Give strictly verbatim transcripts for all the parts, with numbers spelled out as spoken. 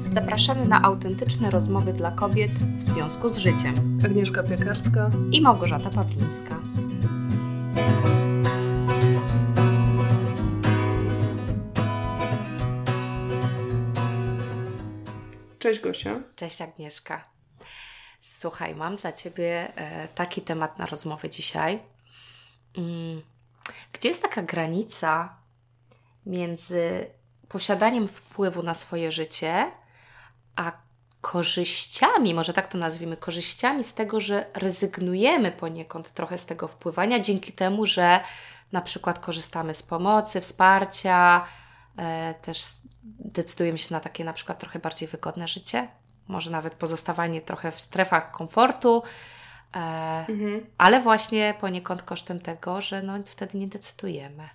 Zapraszamy na autentyczne rozmowy dla kobiet w związku z życiem. Agnieszka Piekarska i Małgorzata Pawlińska. Cześć Gosia. Cześć Agnieszka. Słuchaj, mam dla Ciebie taki temat na rozmowę dzisiaj. Gdzie jest taka granica między posiadaniem wpływu na swoje życie, a korzyściami, może tak to nazwijmy, korzyściami z tego, że rezygnujemy poniekąd trochę z tego wpływania, dzięki temu, że na przykład korzystamy z pomocy, wsparcia, e, też decydujemy się na takie na przykład trochę bardziej wygodne życie, może nawet pozostawanie trochę w strefach komfortu, e, mhm. ale właśnie poniekąd kosztem tego, że no, wtedy nie decydujemy.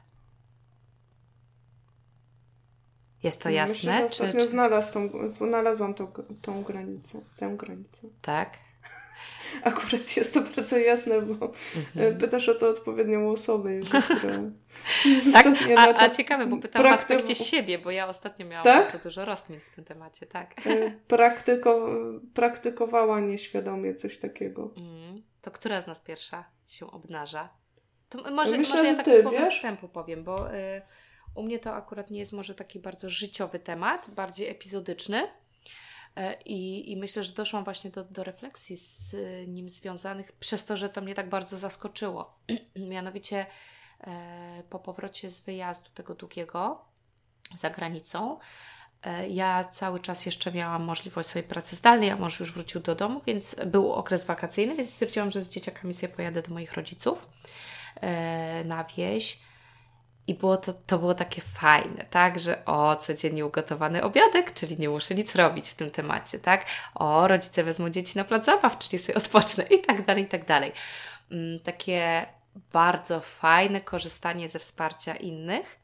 Jest to jasne? Myślę, że ostatnio czy... znalazł tą, znalazłam tą, tą granicę, tę granicę. Tak? Akurat jest to bardzo jasne, bo mhm. pytasz o to odpowiednią osobę, która tak? a, a ciekawe, bo pytam prakty... w aspekcie siebie, bo ja ostatnio miałam tak? bardzo dużo rozkmin w tym temacie. Tak. Praktyko... Praktykowała nieświadomie coś takiego. Mm. To która z nas pierwsza się obnaża? To może, Myślę, może ja tak ty, słowem wiesz? wstępu powiem, bo... Y... U mnie to akurat nie jest może taki bardzo życiowy temat, bardziej epizodyczny i, i myślę, że doszłam właśnie do, do refleksji z nim związanych przez to, że to mnie tak bardzo zaskoczyło. Mianowicie e, po powrocie z wyjazdu tego długiego za granicą e, ja cały czas jeszcze miałam możliwość swojej pracy zdalnej, a mąż już wrócił do domu, więc był okres wakacyjny, więc stwierdziłam, że z dzieciakami sobie pojadę do moich rodziców e, na wieś. I było to, to było takie fajne, tak, że o, codziennie ugotowany obiadek, czyli nie muszę nic robić w tym temacie, tak, o, rodzice wezmą dzieci na plac zabaw, czyli sobie odpocznę i tak dalej, i tak dalej. Um, takie bardzo fajne korzystanie ze wsparcia innych,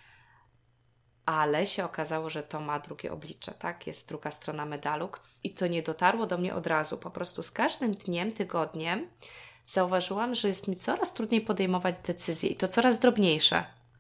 ale się okazało, że to ma drugie oblicze, tak, jest druga strona medalu i to nie dotarło do mnie od razu, po prostu z każdym dniem, tygodniem zauważyłam, że jest mi coraz trudniej podejmować decyzje i to coraz drobniejsze.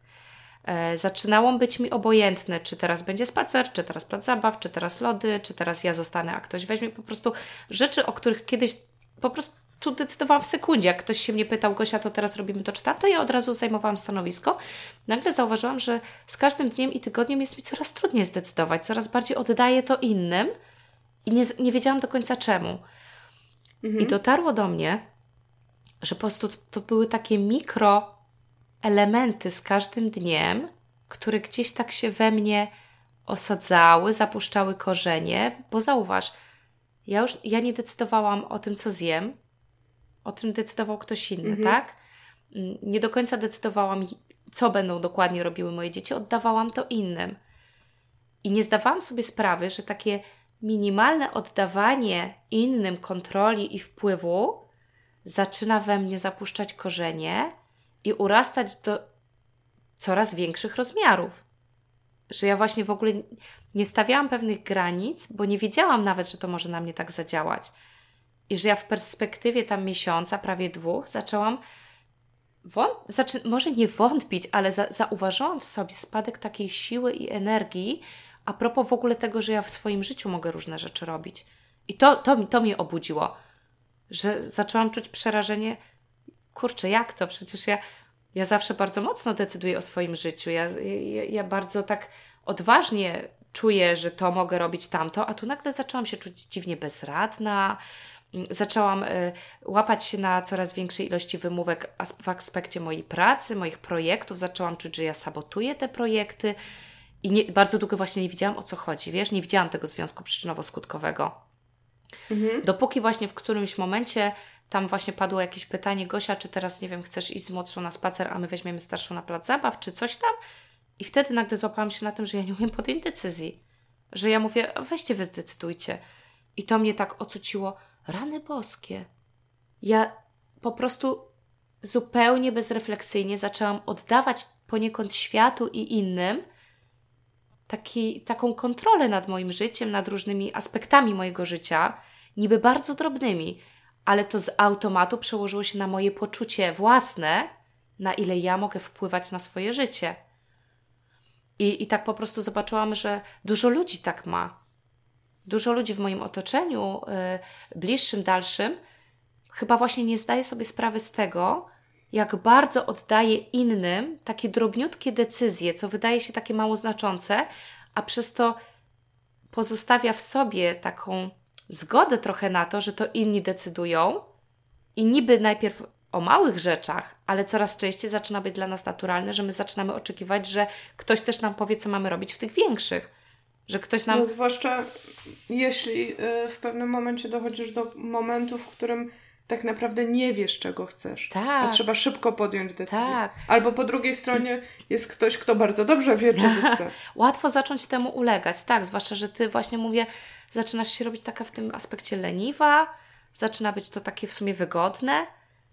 Zaczynało być mi obojętne, czy teraz będzie spacer, czy teraz plac zabaw, czy teraz lody, czy teraz ja zostanę, a ktoś weźmie. Po prostu rzeczy, o których kiedyś po prostu decydowałam w sekundzie. Jak ktoś się mnie pytał, Gosia, to teraz robimy to czy tam, to ja od razu zajmowałam stanowisko. Nagle zauważyłam, że z każdym dniem i tygodniem jest mi coraz trudniej zdecydować, coraz bardziej oddaję to innym i nie, nie wiedziałam do końca czemu. Mhm. I dotarło do mnie, że po prostu to były takie mikro elementy z każdym dniem, które gdzieś tak się we mnie osadzały, zapuszczały korzenie, bo zauważ, ja już ja nie decydowałam o tym, co zjem, o tym decydował ktoś inny, mhm. tak? Nie do końca decydowałam, co będą dokładnie robiły moje dzieci, oddawałam to innym. I nie zdawałam sobie sprawy, że takie minimalne oddawanie innym kontroli i wpływu zaczyna we mnie zapuszczać korzenie i urastać do coraz większych rozmiarów. Że ja właśnie w ogóle nie stawiałam pewnych granic, bo nie wiedziałam nawet, że to może na mnie tak zadziałać. I że ja w perspektywie tam miesiąca, prawie dwóch, zaczęłam wąt- zaczy- może nie wątpić, ale za- zauważyłam w sobie spadek takiej siły i energii a propos w ogóle tego, że ja w swoim życiu mogę różne rzeczy robić. I to, to, to mnie obudziło. Że zaczęłam czuć przerażenie. Kurczę, jak to? Przecież ja, ja zawsze bardzo mocno decyduję o swoim życiu. Ja, ja, ja bardzo tak odważnie czuję, że to mogę robić tamto, a tu nagle zaczęłam się czuć dziwnie bezradna. Zaczęłam y, łapać się na coraz większej ilości wymówek as- w aspekcie mojej pracy, moich projektów. Zaczęłam czuć, że ja sabotuję te projekty i nie, bardzo długo właśnie nie wiedziałam, o co chodzi. Wiesz, nie widziałam tego związku przyczynowo-skutkowego. Mhm. Dopóki właśnie w którymś momencie tam właśnie padło jakieś pytanie, Gosia, czy teraz, nie wiem, chcesz iść z młodszą na spacer, a my weźmiemy starszą na plac zabaw, czy coś tam? I wtedy nagle złapałam się na tym, że ja nie umiem podjąć decyzji. Że ja mówię, weźcie wy zdecydujcie. I to mnie tak ocuciło, rany boskie. Ja po prostu zupełnie bezrefleksyjnie zaczęłam oddawać poniekąd światu i innym taki, taką kontrolę nad moim życiem, nad różnymi aspektami mojego życia, niby bardzo drobnymi, ale to z automatu przełożyło się na moje poczucie własne, na ile ja mogę wpływać na swoje życie. I, i tak po prostu zobaczyłam, że dużo ludzi tak ma. dużo ludzi w moim otoczeniu, yy, bliższym, dalszym, chyba właśnie nie zdaje sobie sprawy z tego, jak bardzo oddaje innym takie drobniutkie decyzje, co wydaje się takie mało znaczące, a przez to pozostawia w sobie taką zgodę trochę na to, że to inni decydują i niby najpierw o małych rzeczach, ale coraz częściej zaczyna być dla nas naturalne, że my zaczynamy oczekiwać, że ktoś też nam powie, co mamy robić w tych większych. Że ktoś nam... No zwłaszcza jeśli y, w pewnym momencie dochodzisz do momentu, w którym tak naprawdę nie wiesz, czego chcesz. Tak. A trzeba szybko podjąć decyzję. Tak. Albo po drugiej stronie jest ktoś, kto bardzo dobrze wie, czego chce. Łatwo zacząć temu ulegać, tak. Zwłaszcza, że ty właśnie mówię, zaczynasz się robić taka w tym aspekcie leniwa, zaczyna być to takie w sumie wygodne,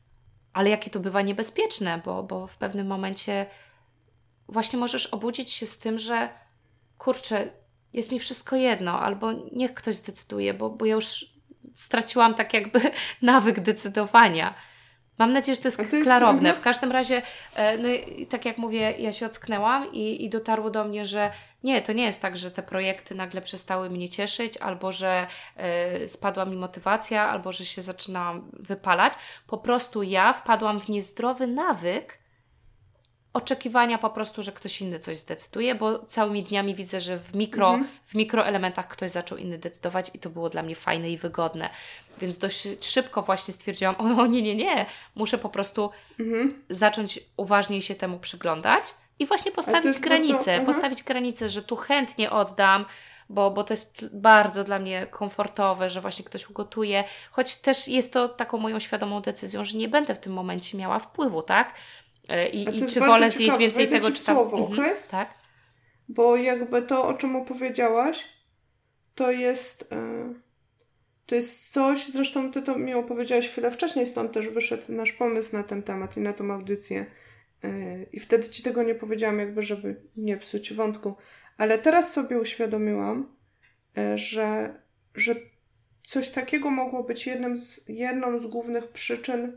ale jakie to bywa niebezpieczne, bo, bo w pewnym momencie właśnie możesz obudzić się z tym, że kurczę, jest mi wszystko jedno, albo niech ktoś zdecyduje, bo, bo ja już straciłam tak jakby nawyk decydowania. Mam nadzieję, że to jest, to jest klarowne. Trudne. W każdym razie, no i tak jak mówię, ja się ocknęłam i, i dotarło do mnie, że nie, to nie jest tak, że te projekty nagle przestały mnie cieszyć, albo że y, spadła mi motywacja, albo że się zaczynałam wypalać. Po prostu ja wpadłam w niezdrowy nawyk oczekiwania po prostu, że ktoś inny coś zdecyduje, bo całymi dniami widzę, że w mikro, mhm. w mikroelementach ktoś zaczął inny decydować i to było dla mnie fajne i wygodne. Więc dość szybko właśnie stwierdziłam, o nie, nie, nie, muszę po prostu mhm. zacząć uważniej się temu przyglądać i właśnie postawić granicę, bardzo... postawić granicę, że tu chętnie oddam, bo, bo to jest bardzo dla mnie komfortowe, że właśnie ktoś ugotuje, choć też jest to taką moją świadomą decyzją, że nie będę w tym momencie miała wpływu, tak? I, i czy wolę zjeść ciekawe. więcej Wejdę tego, czy tam... słowo, mhm, okay? Tak? Bo jakby to, o czym opowiedziałaś, to jest yy, to jest coś, zresztą ty to mi opowiedziałaś chwilę wcześniej, stąd też wyszedł nasz pomysł na ten temat i na tą audycję. Yy, I wtedy ci tego nie powiedziałam, jakby żeby nie psuć wątku. Ale teraz sobie uświadomiłam, yy, że, że coś takiego mogło być jednym z, jedną z głównych przyczyn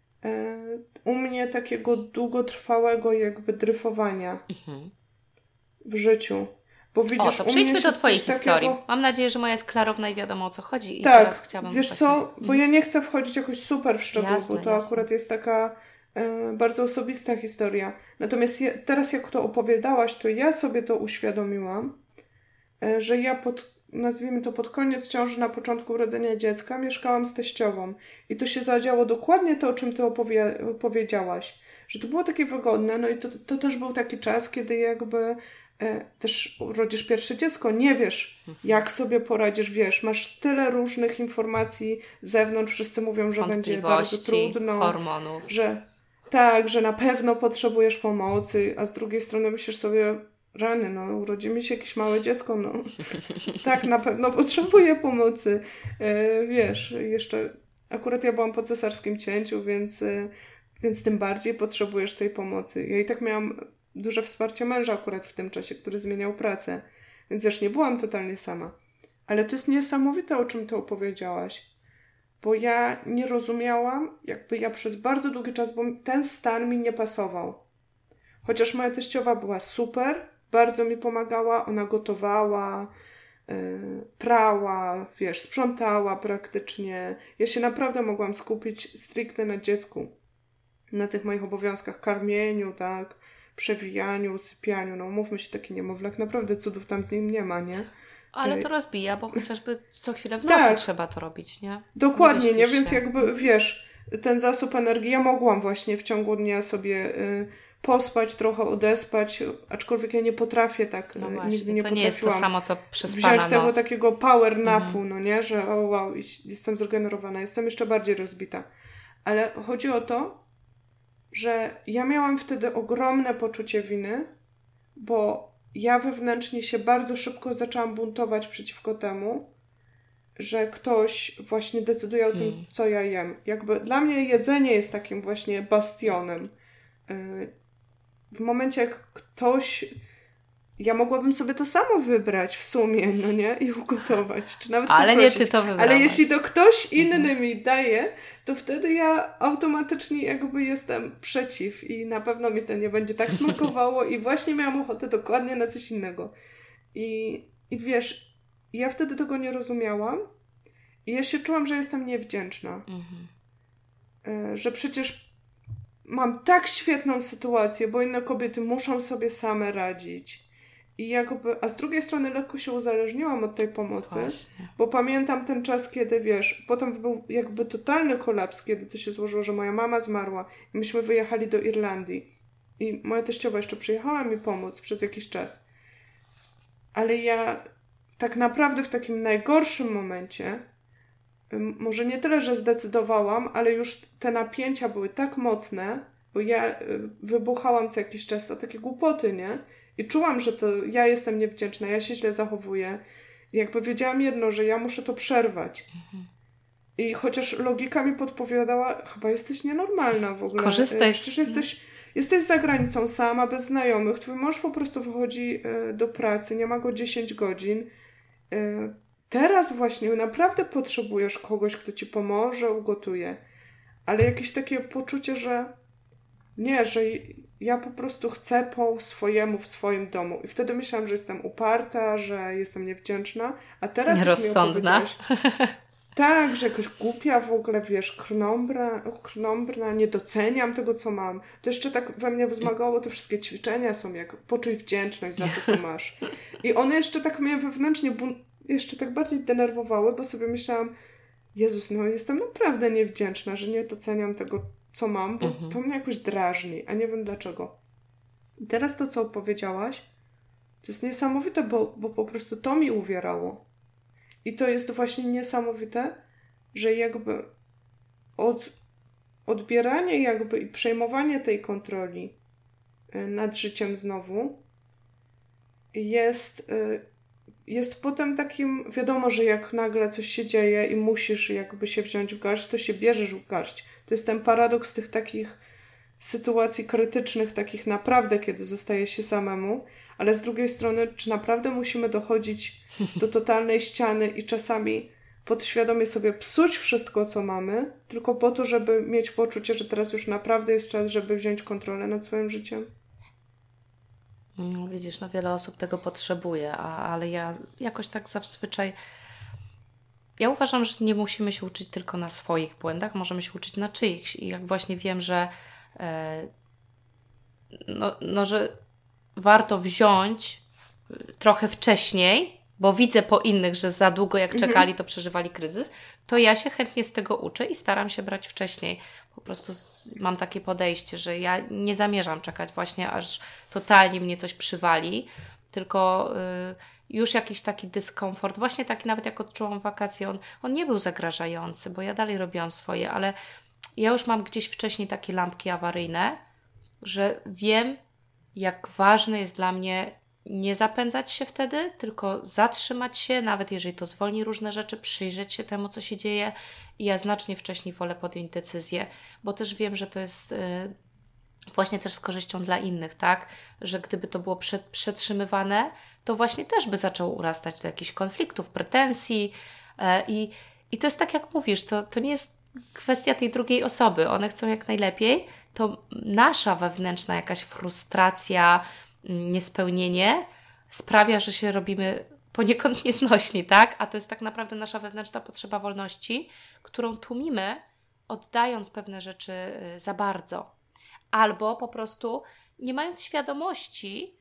u mnie takiego długotrwałego jakby dryfowania mhm. w życiu. Bo widzisz, o, to przejdźmy do twojej historii. Takiego... Mam nadzieję, że moja jest klarowna i wiadomo, o co chodzi. I tak, teraz chciałabym wiesz właśnie... co, bo ja nie chcę wchodzić jakoś super w szczegóły, jasne, bo to jasne. akurat jest taka e, bardzo osobista historia. Natomiast ja, teraz jak to opowiadałaś, to ja sobie to uświadomiłam, e, że ja pod nazwijmy to pod koniec ciąży, na początku urodzenia dziecka, mieszkałam z teściową. I to się zadziało dokładnie to, o czym ty opowie- opowiedziałaś. Że to było takie wygodne, no i to, to też był taki czas, kiedy jakby e, też urodzisz pierwsze dziecko, nie wiesz, jak sobie poradzisz, wiesz, masz tyle różnych informacji z zewnątrz, wszyscy mówią, że będzie bardzo trudno. Hormonów. Że tak, że na pewno potrzebujesz pomocy, a z drugiej strony myślisz sobie, rany, no urodzi mi się jakieś małe dziecko, no tak, na pewno potrzebuję pomocy. E, wiesz, jeszcze akurat ja byłam po cesarskim cięciu, więc, e, więc tym bardziej potrzebujesz tej pomocy. Ja i tak miałam duże wsparcie męża akurat w tym czasie, który zmieniał pracę, więc wiesz, nie byłam totalnie sama. Ale to jest niesamowite, o czym ty opowiedziałaś, bo ja nie rozumiałam, jakby ja przez bardzo długi czas, bo ten stan mi nie pasował. Chociaż moja teściowa była super, bardzo mi pomagała, ona gotowała, yy, prała, wiesz, sprzątała praktycznie. Ja się naprawdę mogłam skupić stricte na dziecku, na tych moich obowiązkach, karmieniu, tak, przewijaniu, usypianiu. No mówmy się, taki niemowlak, naprawdę cudów tam z nim nie ma, nie? Ale to rozbija, bo chociażby co chwilę w nocy tak, trzeba to robić, nie? Dokładnie, nie, nie? Więc jakby, wiesz, ten zasób energii, ja mogłam właśnie w ciągu dnia sobie... Yy, pospać, trochę odespać, aczkolwiek ja nie potrafię tak, no właśnie, nigdy nie to potrafiłam nie jest to samo, co przespana wziąć tego noc. takiego power napu, mhm. no nie, że o wow, jestem zregenerowana, jestem jeszcze bardziej rozbita. Ale chodzi o to, że ja miałam wtedy ogromne poczucie winy, bo ja wewnętrznie się bardzo szybko zaczęłam buntować przeciwko temu, że ktoś właśnie decyduje o hmm. tym, co ja jem. Jakby dla mnie jedzenie jest takim właśnie bastionem. W momencie, jak ktoś... Ja mogłabym sobie to samo wybrać w sumie, no nie? I ugotować. Czy nawet Ale poprosić. nie ty to wybrałaś. Ale jeśli to ktoś inny mhm. mi daje, to wtedy ja automatycznie jakby jestem przeciw i na pewno mi to nie będzie tak smakowało i właśnie miałam ochotę dokładnie na coś innego. I, i wiesz, I ja wtedy tego nie rozumiałam i ja się czułam, że jestem niewdzięczna. Mhm. Że przecież mam tak świetną sytuację, bo inne kobiety muszą sobie same radzić. I jakby, a z drugiej strony lekko się uzależniłam od tej pomocy, Właśnie. bo pamiętam ten czas, kiedy wiesz, potem był jakby totalny kolaps, kiedy to się złożyło, że moja mama zmarła i myśmy wyjechali do Irlandii. I moja teściowa jeszcze przyjechała mi pomóc przez jakiś czas. Ale ja tak naprawdę w takim najgorszym momencie, może nie tyle, że zdecydowałam, ale już te napięcia były tak mocne, bo ja wybuchałam co jakiś czas o takie głupoty, nie? I czułam, że to ja jestem niewdzięczna, ja się źle zachowuję. I jakby wiedziałam jedno, że ja muszę to przerwać. Mhm. I chociaż logika mi podpowiadała, chyba jesteś nienormalna w ogóle. Korzystaj. Przecież jesteś, jesteś za granicą sama, bez znajomych. Twój mąż po prostu wychodzi do pracy, nie ma go dziesięć godzin. Teraz właśnie naprawdę potrzebujesz kogoś, kto ci pomoże, ugotuje. Ale jakieś takie poczucie, że nie, że ja po prostu chcę po swojemu w swoim domu. I wtedy myślałam, że jestem uparta, że jestem niewdzięczna. A teraz nierozsądna. Tak, że jakoś głupia w ogóle, wiesz, krnąbra, krnąbrna, nie doceniam tego, co mam. To jeszcze tak we mnie wzmagało, te wszystkie ćwiczenia są jak poczuj wdzięczność za to, co masz. I one jeszcze tak mnie wewnętrznie bun- jeszcze tak bardziej denerwowały, bo sobie myślałam, Jezus, no jestem naprawdę niewdzięczna, że nie doceniam tego, co mam, bo mhm. to mnie jakoś drażni, a nie wiem dlaczego. I teraz to, co opowiedziałaś, to jest niesamowite, bo, bo po prostu to mi uwierało. I to jest właśnie niesamowite, że jakby od, odbieranie jakby i przejmowanie tej kontroli nad życiem znowu jest, jest potem takim, wiadomo, że jak nagle coś się dzieje i musisz jakby się wziąć w garść, to się bierzesz w garść. To jest ten paradoks tych takich sytuacji krytycznych, takich naprawdę, kiedy zostaje się samemu, ale z drugiej strony, czy naprawdę musimy dochodzić do totalnej ściany i czasami podświadomie sobie psuć wszystko, co mamy, tylko po to, żeby mieć poczucie, że teraz już naprawdę jest czas, żeby wziąć kontrolę nad swoim życiem? No widzisz, no wiele osób tego potrzebuje, a, ale ja jakoś tak zazwyczaj ja uważam, że nie musimy się uczyć tylko na swoich błędach, możemy się uczyć na czyichś. I jak właśnie wiem, że e, no, no, że warto wziąć trochę wcześniej, bo widzę po innych, że za długo jak czekali, mhm. to przeżywali kryzys, to ja się chętnie z tego uczę i staram się brać wcześniej. Po prostu z, mam takie podejście, że ja nie zamierzam czekać właśnie, aż totalnie mnie coś przywali, tylko y, już jakiś taki dyskomfort, właśnie taki nawet jak odczułam wakacje, on, on nie był zagrażający, bo ja dalej robiłam swoje, ale ja już mam gdzieś wcześniej takie lampki awaryjne, że wiem, jak ważne jest dla mnie nie zapędzać się wtedy, tylko zatrzymać się, nawet jeżeli to zwolni różne rzeczy, przyjrzeć się temu, co się dzieje i ja znacznie wcześniej wolę podjąć decyzję, bo też wiem, że to jest yy, właśnie też z korzyścią dla innych, tak? Że gdyby to było przed, przetrzymywane, to właśnie też by zaczęło urastać do jakichś konfliktów, pretensji yy, i, i to jest tak, jak mówisz, to, to nie jest kwestia tej drugiej osoby, one chcą jak najlepiej, to nasza wewnętrzna jakaś frustracja, niespełnienie sprawia, że się robimy poniekąd nieznośni, tak? A to jest tak naprawdę nasza wewnętrzna potrzeba wolności, którą tłumimy, oddając pewne rzeczy za bardzo. Albo po prostu nie mając świadomości,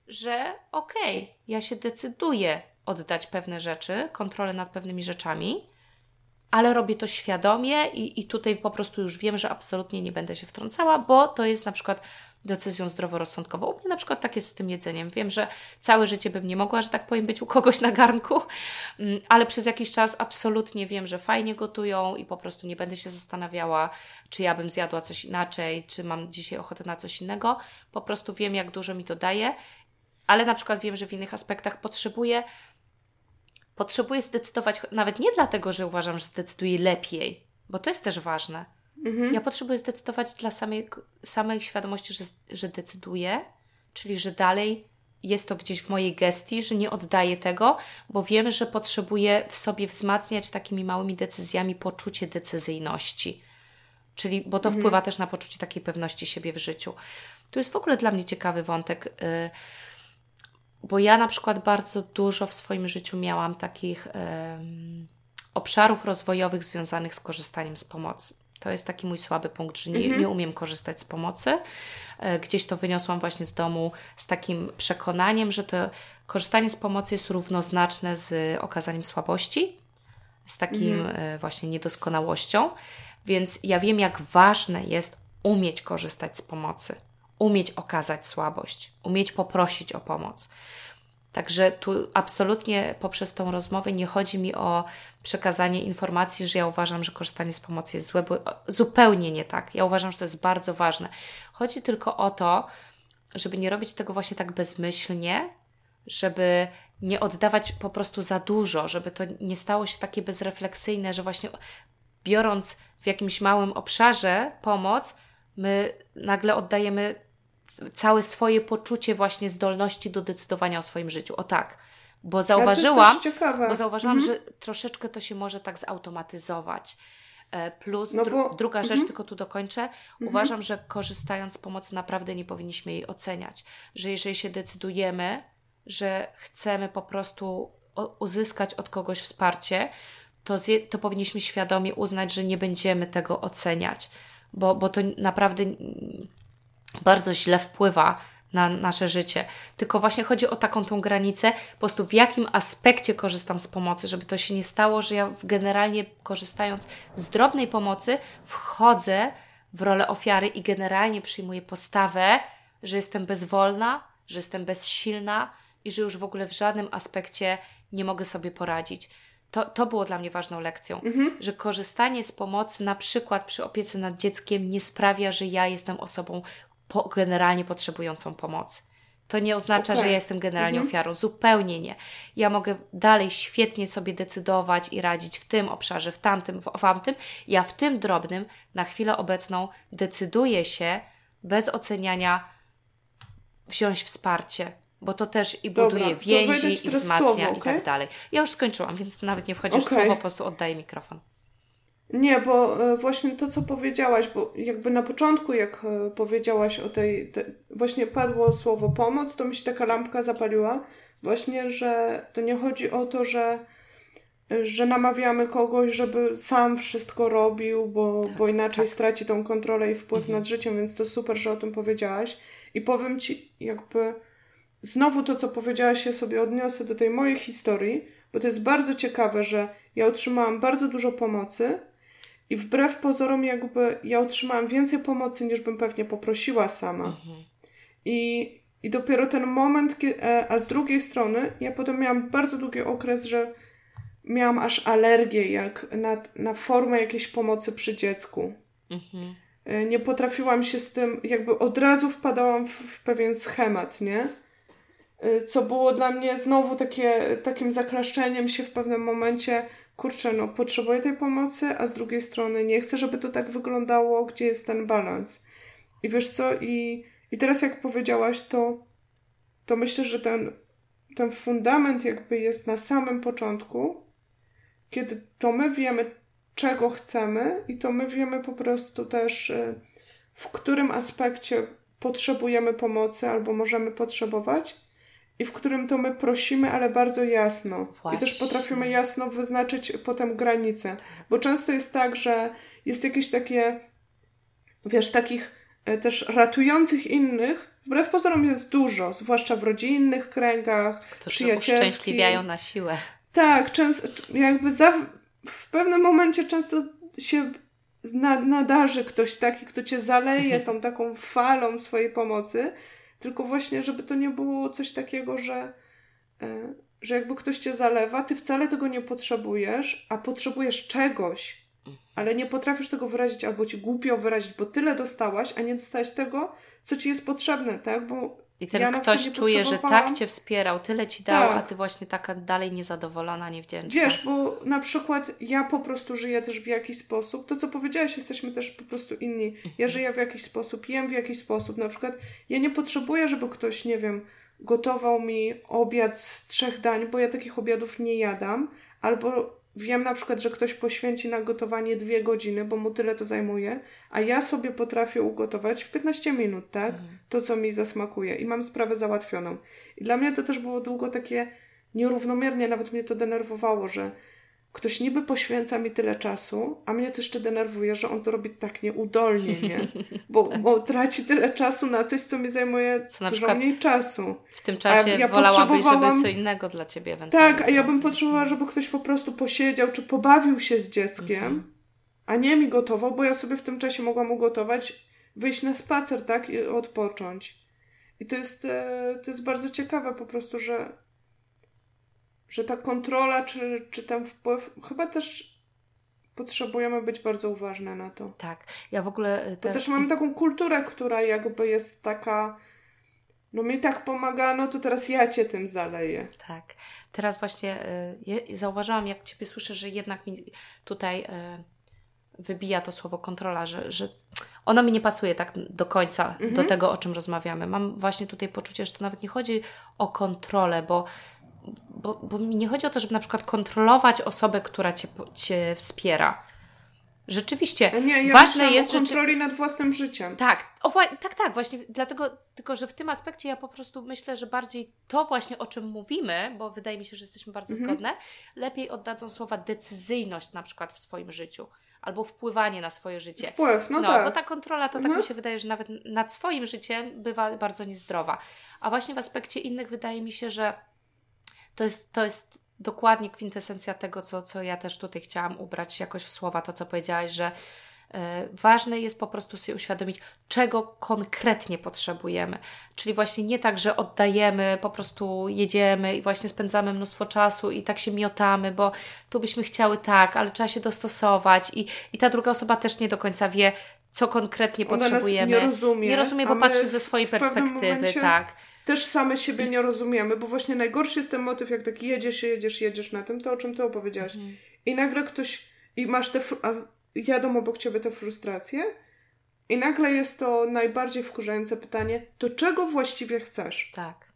że okej, okay, ja się decyduję oddać pewne rzeczy, kontrolę nad pewnymi rzeczami, ale robię to świadomie i, i tutaj po prostu już wiem, że absolutnie nie będę się wtrącała, bo to jest na przykład decyzją zdroworozsądkową. U mnie na przykład tak jest z tym jedzeniem. Wiem, że całe życie bym nie mogła, że tak powiem, być u kogoś na garnku, ale przez jakiś czas absolutnie wiem, że fajnie gotują i po prostu nie będę się zastanawiała, czy ja bym zjadła coś inaczej, czy mam dzisiaj ochotę na coś innego. Po prostu wiem, jak dużo mi to daje, ale na przykład wiem, że w innych aspektach potrzebuję Potrzebuję zdecydować, nawet nie dlatego, że uważam, że zdecyduję lepiej, bo to jest też ważne. Mhm. Ja potrzebuję zdecydować dla samej, samej świadomości, że, że decyduję, czyli że dalej jest to gdzieś w mojej gestii, że nie oddaję tego, bo wiem, że potrzebuję w sobie wzmacniać takimi małymi decyzjami poczucie decyzyjności. Czyli, bo to mhm. wpływa też na poczucie takiej pewności siebie w życiu. To jest w ogóle dla mnie ciekawy wątek. bo ja na przykład bardzo dużo w swoim życiu miałam takich um, obszarów rozwojowych związanych z korzystaniem z pomocy. To jest taki mój słaby punkt, że nie, mhm. nie umiem korzystać z pomocy. Gdzieś to wyniosłam właśnie z domu z takim przekonaniem, że to korzystanie z pomocy jest równoznaczne z okazaniem słabości, z takim mhm. właśnie niedoskonałością. Więc ja wiem, jak ważne jest umieć korzystać z pomocy, umieć okazać słabość, umieć poprosić o pomoc. Także tu absolutnie poprzez tą rozmowę nie chodzi mi o przekazanie informacji, że ja uważam, że korzystanie z pomocy jest złe, bo zupełnie nie tak. Ja uważam, że to jest bardzo ważne. Chodzi tylko o to, żeby nie robić tego właśnie tak bezmyślnie, żeby nie oddawać po prostu za dużo, żeby to nie stało się takie bezrefleksyjne, że właśnie biorąc w jakimś małym obszarze pomoc, my nagle oddajemy całe swoje poczucie właśnie zdolności do decydowania o swoim życiu. O tak. Bo zauważyłam, bo zauważyłam, mhm. że troszeczkę to się może tak zautomatyzować. Plus no bo, dru- druga rzecz, mhm. tylko tu dokończę. Mhm. Uważam, że korzystając z pomocy naprawdę nie powinniśmy jej oceniać. Że jeżeli się decydujemy, że chcemy po prostu o- uzyskać od kogoś wsparcie, to, zje- to powinniśmy świadomie uznać, że nie będziemy tego oceniać. Bo, bo to naprawdę bardzo źle wpływa na nasze życie. Tylko właśnie chodzi o taką tą granicę, po prostu w jakim aspekcie korzystam z pomocy, żeby to się nie stało, że ja generalnie korzystając z drobnej pomocy wchodzę w rolę ofiary i generalnie przyjmuję postawę, że jestem bezwolna, że jestem bezsilna i że już w ogóle w żadnym aspekcie nie mogę sobie poradzić. To, to było dla mnie ważną lekcją, mhm. że korzystanie z pomocy na przykład przy opiece nad dzieckiem nie sprawia, że ja jestem osobą po, generalnie potrzebującą pomocy. To nie oznacza, okay. że ja jestem generalnie mhm. ofiarą. Zupełnie nie. Ja mogę dalej świetnie sobie decydować i radzić w tym obszarze, w tamtym, w tamtym. Ja w tym drobnym na chwilę obecną decyduję się bez oceniania wziąć wsparcie. Bo to też i buduje Dobra, więzi, i wzmacnia słowo, okay? i tak dalej. Ja już skończyłam, więc nawet nie wchodzisz okay. w słowo, po prostu oddaję mikrofon. Nie, bo właśnie to, co powiedziałaś, bo jakby na początku, jak powiedziałaś o tej, te, właśnie padło słowo pomoc, to mi się taka lampka zapaliła, właśnie, że to nie chodzi o to, że, że namawiamy kogoś, żeby sam wszystko robił, bo, tak, bo inaczej tak. straci tą kontrolę i wpływ mhm. nad życiem, więc to super, że o tym powiedziałaś. I powiem Ci, jakby znowu to, co powiedziałaś, ja sobie odniosę do tej mojej historii, bo to jest bardzo ciekawe, że ja otrzymałam bardzo dużo pomocy i wbrew pozorom jakby ja otrzymałam więcej pomocy, niż bym pewnie poprosiła sama. Mhm. I, I dopiero ten moment, a z drugiej strony ja potem miałam bardzo długi okres, że miałam aż alergię jak na, na formę jakiejś pomocy przy dziecku. Mhm. Nie potrafiłam się z tym, jakby od razu wpadałam w, w pewien schemat, nie? Co było dla mnie znowu takie, takim zaklaszczeniem się w pewnym momencie, kurczę, no potrzebuję tej pomocy, a z drugiej strony nie chcę, żeby to tak wyglądało, gdzie jest ten balans. I wiesz co, i, i teraz jak powiedziałaś, to, to myślę, że ten, ten fundament jakby jest na samym początku, kiedy to my wiemy, czego chcemy i to my wiemy po prostu też, w którym aspekcie potrzebujemy pomocy albo możemy potrzebować, i w którym to my prosimy, ale bardzo jasno. Właśnie. I też potrafimy jasno wyznaczyć potem granice. Bo często jest tak, że jest jakieś takie, wiesz, takich też ratujących innych, wbrew pozorom jest dużo, zwłaszcza w rodzinnych kręgach, którzy przyjacielskich. uszczęśliwiają na siłę. Tak, często, jakby za, w pewnym momencie często się nadarzy ktoś taki, kto cię zaleje tą taką falą swojej pomocy. Tylko właśnie, żeby to nie było coś takiego, że, yy, że jakby ktoś cię zalewa, ty wcale tego nie potrzebujesz, a potrzebujesz czegoś, ale nie potrafisz tego wyrazić, albo ci głupio wyrazić, bo tyle dostałaś, a nie dostałeś tego, co ci jest potrzebne, tak? Bo i ten ja ktoś czuje, że tak cię wspierał, tyle ci dał, tak. a ty właśnie taka dalej niezadowolona, niewdzięczna. Wiesz, bo na przykład ja po prostu żyję też w jakiś sposób. To, co powiedziałaś, jesteśmy też po prostu inni. Ja żyję w jakiś sposób, jem w jakiś sposób. Na przykład ja nie potrzebuję, żeby ktoś, nie wiem, gotował mi obiad z trzech dań, bo ja takich obiadów nie jadam. Albo wiem na przykład, że ktoś poświęci na gotowanie dwie godziny, bo mu tyle to zajmuje, a ja sobie potrafię ugotować w piętnaście minut, tak? Mhm. To, co mi zasmakuje i mam sprawę załatwioną. I dla mnie to też było długo takie nierównomiernie, nawet mnie to denerwowało, że ktoś niby poświęca mi tyle czasu, a mnie to jeszcze denerwuje, że on to robi tak nieudolnie, nie? Bo, bo traci tyle czasu na coś, co mi zajmuje co na dużo mniej czasu. W tym czasie ja wolałabyś, żeby co innego dla ciebie ewentualnie tak, a ja bym potrzebowała, żeby ktoś po prostu posiedział, czy pobawił się z dzieckiem, mhm. a nie mi gotował, bo ja sobie w tym czasie mogłam ugotować, wyjść na spacer, tak? I odpocząć. I to jest, to jest bardzo ciekawe po prostu, że że ta kontrola, czy, czy ten wpływ, chyba też potrzebujemy być bardzo uważne na to. Tak, ja w ogóle... Te... Bo też mamy taką kulturę, która jakby jest taka, no mi tak pomagano, to teraz ja Cię tym zaleję. Tak, teraz właśnie y, zauważyłam, jak Ciebie słyszę, że jednak mi tutaj y, wybija to słowo kontrola, że, że ono mi nie pasuje tak do końca mhm. do tego, o czym rozmawiamy. Mam właśnie tutaj poczucie, że to nawet nie chodzi o kontrolę, bo Bo, bo mi nie chodzi o to, żeby na przykład kontrolować osobę, która cię, cię wspiera. Rzeczywiście nie, ja ważne jest... o kontroli rzeczy... nad własnym życiem. Tak, o, tak, tak, właśnie dlatego, tylko że w tym aspekcie ja po prostu myślę, że bardziej to właśnie, o czym mówimy, bo wydaje mi się, że jesteśmy bardzo mhm. zgodne, lepiej oddadzą słowa decyzyjność na przykład w swoim życiu. Albo wpływanie na swoje życie. Wpływ, no, no tak. Bo ta kontrola to mhm. tak mi się wydaje, że nawet nad swoim życiem bywa bardzo niezdrowa. A właśnie w aspekcie innych wydaje mi się, że To jest, to jest dokładnie kwintesencja tego, co, co ja też tutaj chciałam ubrać jakoś w słowa, to co powiedziałaś, że y, ważne jest po prostu sobie uświadomić, czego konkretnie potrzebujemy. Czyli właśnie nie tak, że oddajemy, po prostu jedziemy i właśnie spędzamy mnóstwo czasu i tak się miotamy, bo tu byśmy chciały tak, ale trzeba się dostosować i, i ta druga osoba też nie do końca wie, co konkretnie Ona potrzebujemy. Nas nie rozumie, nie rozumie, bo patrzy ze swojej perspektywy, tak. Też same siebie nie rozumiemy, bo właśnie najgorszy jest ten motyw, jak tak jedziesz, jedziesz, jedziesz na tym, to o czym ty opowiedziałaś. Mhm. I nagle ktoś, i masz te, a jadą obok ciebie te frustracje i nagle jest to najbardziej wkurzające pytanie, to czego właściwie chcesz? Tak.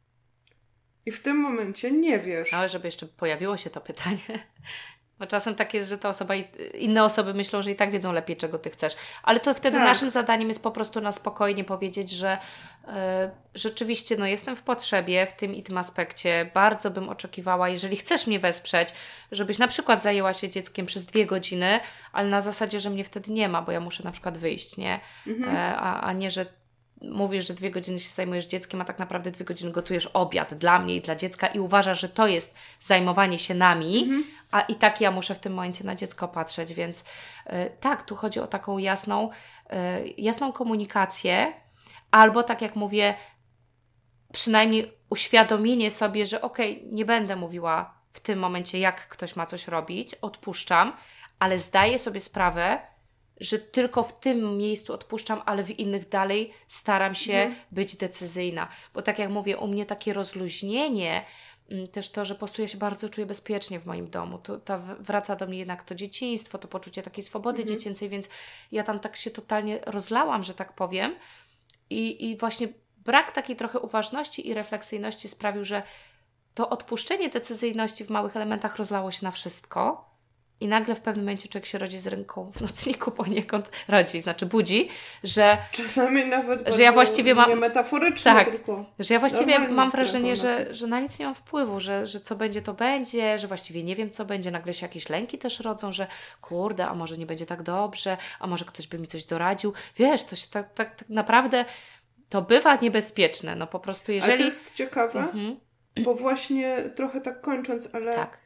I w tym momencie nie wiesz. Ale żeby jeszcze pojawiło się to pytanie... Bo czasem tak jest, że ta osoba, inne osoby myślą, że i tak wiedzą lepiej, czego ty chcesz. Ale to wtedy tak. naszym zadaniem jest po prostu na spokojnie powiedzieć, że y, rzeczywiście no, jestem w potrzebie w tym i tym aspekcie. Bardzo bym oczekiwała, jeżeli chcesz mnie wesprzeć, żebyś na przykład zajęła się dzieckiem przez dwie godziny, ale na zasadzie, że mnie wtedy nie ma, bo ja muszę na przykład wyjść, nie? Mhm. E, a, a nie, że mówisz, że dwie godziny się zajmujesz dzieckiem, a tak naprawdę dwie godziny gotujesz obiad dla mnie i dla dziecka i uważasz, że to jest zajmowanie się nami, mhm. a i tak ja muszę w tym momencie na dziecko patrzeć, więc y, tak, tu chodzi o taką jasną, y, jasną komunikację, albo tak jak mówię, przynajmniej uświadomienie sobie, że okej, okay, nie będę mówiła w tym momencie, jak ktoś ma coś robić, odpuszczam, ale zdaję sobie sprawę, że tylko w tym miejscu odpuszczam, ale w innych dalej staram się mhm. być decyzyjna. Bo tak jak mówię, u mnie takie rozluźnienie, też to, że po prostu ja się bardzo czuję bezpiecznie w moim domu. To, to wraca do mnie jednak to dzieciństwo, to poczucie takiej swobody mhm. dziecięcej, więc ja tam tak się totalnie rozlałam, że tak powiem. I, I właśnie brak takiej trochę uważności i refleksyjności sprawił, że to odpuszczenie decyzyjności w małych elementach rozlało się na wszystko. I nagle w pewnym momencie człowiek się rodzi z ręką w nocniku poniekąd, rodzi, znaczy budzi, że... Czasami nawet że ja właściwie mam, nie metaforycznie, tak, tylko że ja właściwie mam wrażenie, że, że na nic nie mam wpływu, że, że co będzie, to będzie, że właściwie nie wiem, co będzie. Nagle się jakieś lęki też rodzą, że kurde, a może nie będzie tak dobrze, a może ktoś by mi coś doradził. Wiesz, to się tak, tak, tak naprawdę to bywa niebezpieczne. No po prostu jeżeli... Ale to jest ciekawe, mhm. bo właśnie trochę tak kończąc, ale... Tak.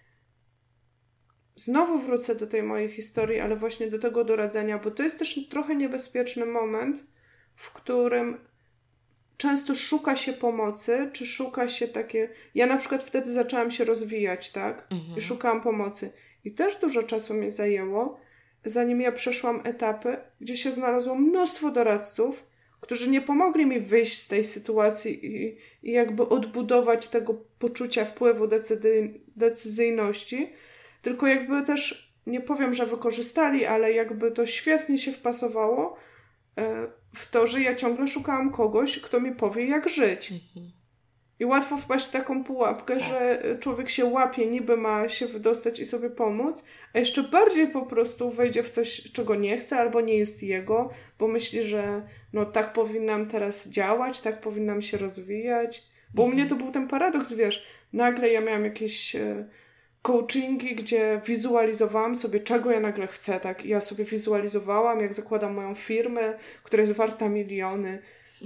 Znowu wrócę do tej mojej historii, ale właśnie do tego doradzenia, bo to jest też trochę niebezpieczny moment, w którym często szuka się pomocy, czy szuka się takie... Ja na przykład wtedy zaczęłam się rozwijać, tak? Mhm. I szukałam pomocy. I też dużo czasu mi zajęło, zanim ja przeszłam etapy, gdzie się znalazło mnóstwo doradców, którzy nie pomogli mi wyjść z tej sytuacji i, i jakby odbudować tego poczucia wpływu decydy, decyzyjności, tylko jakby też, nie powiem, że wykorzystali, ale jakby to świetnie się wpasowało w to, że ja ciągle szukałam kogoś, kto mi powie, jak żyć. Mhm. I łatwo wpaść w taką pułapkę, tak. że człowiek się łapie, niby ma się wydostać i sobie pomóc, a jeszcze bardziej po prostu wejdzie w coś, czego nie chce, albo nie jest jego, bo myśli, że no tak powinnam teraz działać, tak powinnam się rozwijać. Bo mhm. u mnie to był ten paradoks, wiesz, nagle ja miałam jakieś e, coachingi, gdzie wizualizowałam sobie, czego ja nagle chcę, tak? I ja sobie wizualizowałam, jak zakładam moją firmę, która jest warta miliony,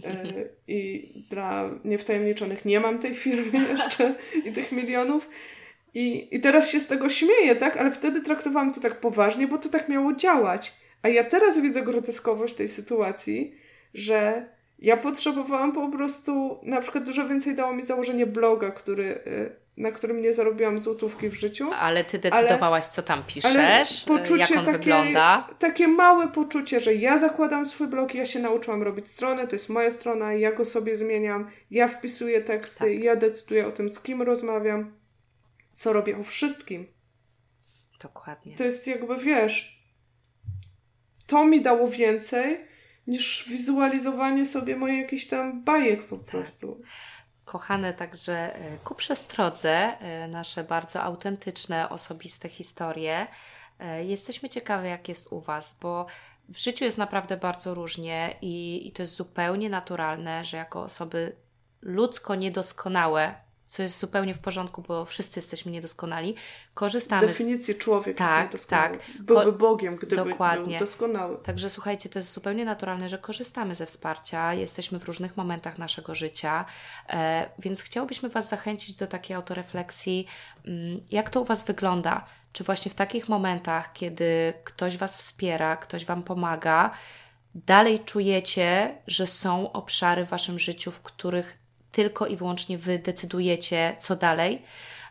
i dla niewtajemniczonych nie mam tej firmy jeszcze i tych milionów I, i teraz się z tego śmieję, tak? Ale wtedy traktowałam to tak poważnie, bo to tak miało działać. A ja teraz widzę groteskowość tej sytuacji, że ja potrzebowałam po prostu, na przykład dużo więcej dało mi założenie bloga, który, na którym nie zarobiłam złotówki w życiu. Ale ty decydowałaś, ale, co tam piszesz, jak on takie, wygląda. Takie małe poczucie, że ja zakładam swój blog, ja się nauczyłam robić stronę, to jest moja strona, ja go sobie zmieniam, ja wpisuję teksty, tak. ja decyduję o tym, z kim rozmawiam, co robię, o wszystkim. Dokładnie. To jest jakby, wiesz, to mi dało więcej niż wizualizowanie sobie moich jakichś tam bajek po prostu. Tak. Kochane, także ku przestrodze nasze bardzo autentyczne, osobiste historie. Jesteśmy ciekawe, jak jest u Was, bo w życiu jest naprawdę bardzo różnie i, i to jest zupełnie naturalne, że jako osoby ludzko niedoskonałe, co jest zupełnie w porządku, bo wszyscy jesteśmy niedoskonali, korzystamy... Z definicji człowiek tak, jest niedoskonały. Tak. Byłby Ko- Bogiem, gdyby dokładnie. był doskonały. Także słuchajcie, to jest zupełnie naturalne, że korzystamy ze wsparcia, jesteśmy w różnych momentach naszego życia, e, więc chciałbyśmy Was zachęcić do takiej autorefleksji, m, jak to u Was wygląda, czy właśnie w takich momentach, kiedy ktoś Was wspiera, ktoś Wam pomaga, dalej czujecie, że są obszary w Waszym życiu, w których tylko i wyłącznie Wy decydujecie, co dalej,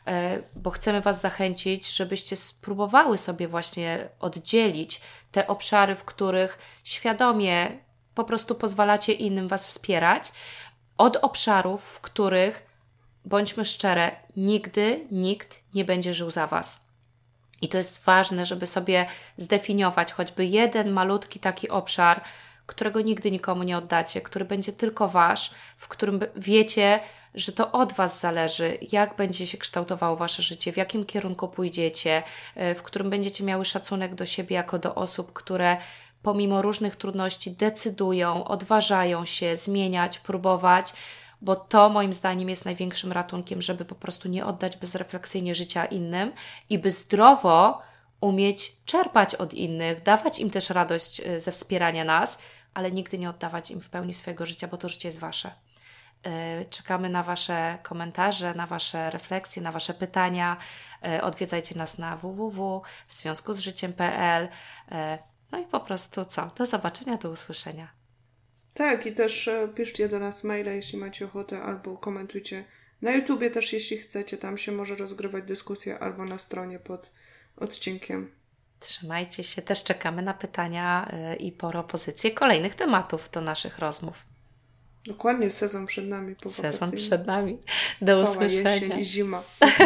bo chcemy Was zachęcić, żebyście spróbowały sobie właśnie oddzielić te obszary, w których świadomie po prostu pozwalacie innym Was wspierać, od obszarów, w których, bądźmy szczere, nigdy nikt nie będzie żył za Was. I to jest ważne, żeby sobie zdefiniować choćby jeden malutki taki obszar, którego nigdy nikomu nie oddacie, który będzie tylko Wasz, w którym wiecie, że to od Was zależy, jak będzie się kształtowało Wasze życie, w jakim kierunku pójdziecie, w którym będziecie miały szacunek do siebie jako do osób, które pomimo różnych trudności decydują, odważają się zmieniać, próbować, bo to moim zdaniem jest największym ratunkiem, żeby po prostu nie oddać bezrefleksyjnie życia innym i by zdrowo umieć czerpać od innych, dawać im też radość ze wspierania nas, ale nigdy nie oddawać im w pełni swojego życia, bo to życie jest Wasze. Czekamy na Wasze komentarze, na Wasze refleksje, na Wasze pytania. Odwiedzajcie nas na w w w kropka w związku z życiem kropka p l. No i po prostu co? Do zobaczenia, do usłyszenia. Tak, i też piszcie do nas maile, jeśli macie ochotę, albo komentujcie na YouTubie też, jeśli chcecie. Tam się może rozgrywać dyskusja, albo na stronie pod odcinkiem. Trzymajcie się. Też czekamy na pytania i propozycje kolejnych tematów do naszych rozmów. Dokładnie, sezon przed nami. Sezon przed nami. Do Cała usłyszenia. Jesień i zima.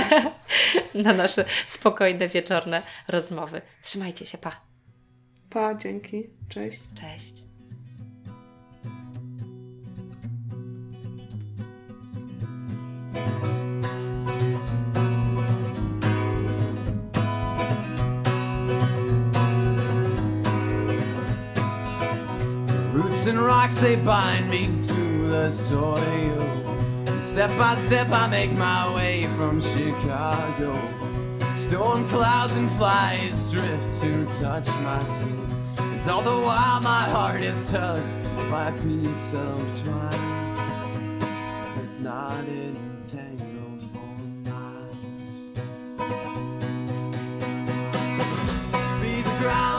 Na nasze spokojne, wieczorne rozmowy. Trzymajcie się, pa. Pa, dzięki. Cześć. Cześć. Roots and rocks, they bind me to the soil. And step by step I make my way from Chicago. Storm clouds and flies drift to touch my skin. And all the while my heart is touched by a piece of twine that's not entangled for miles. Be the ground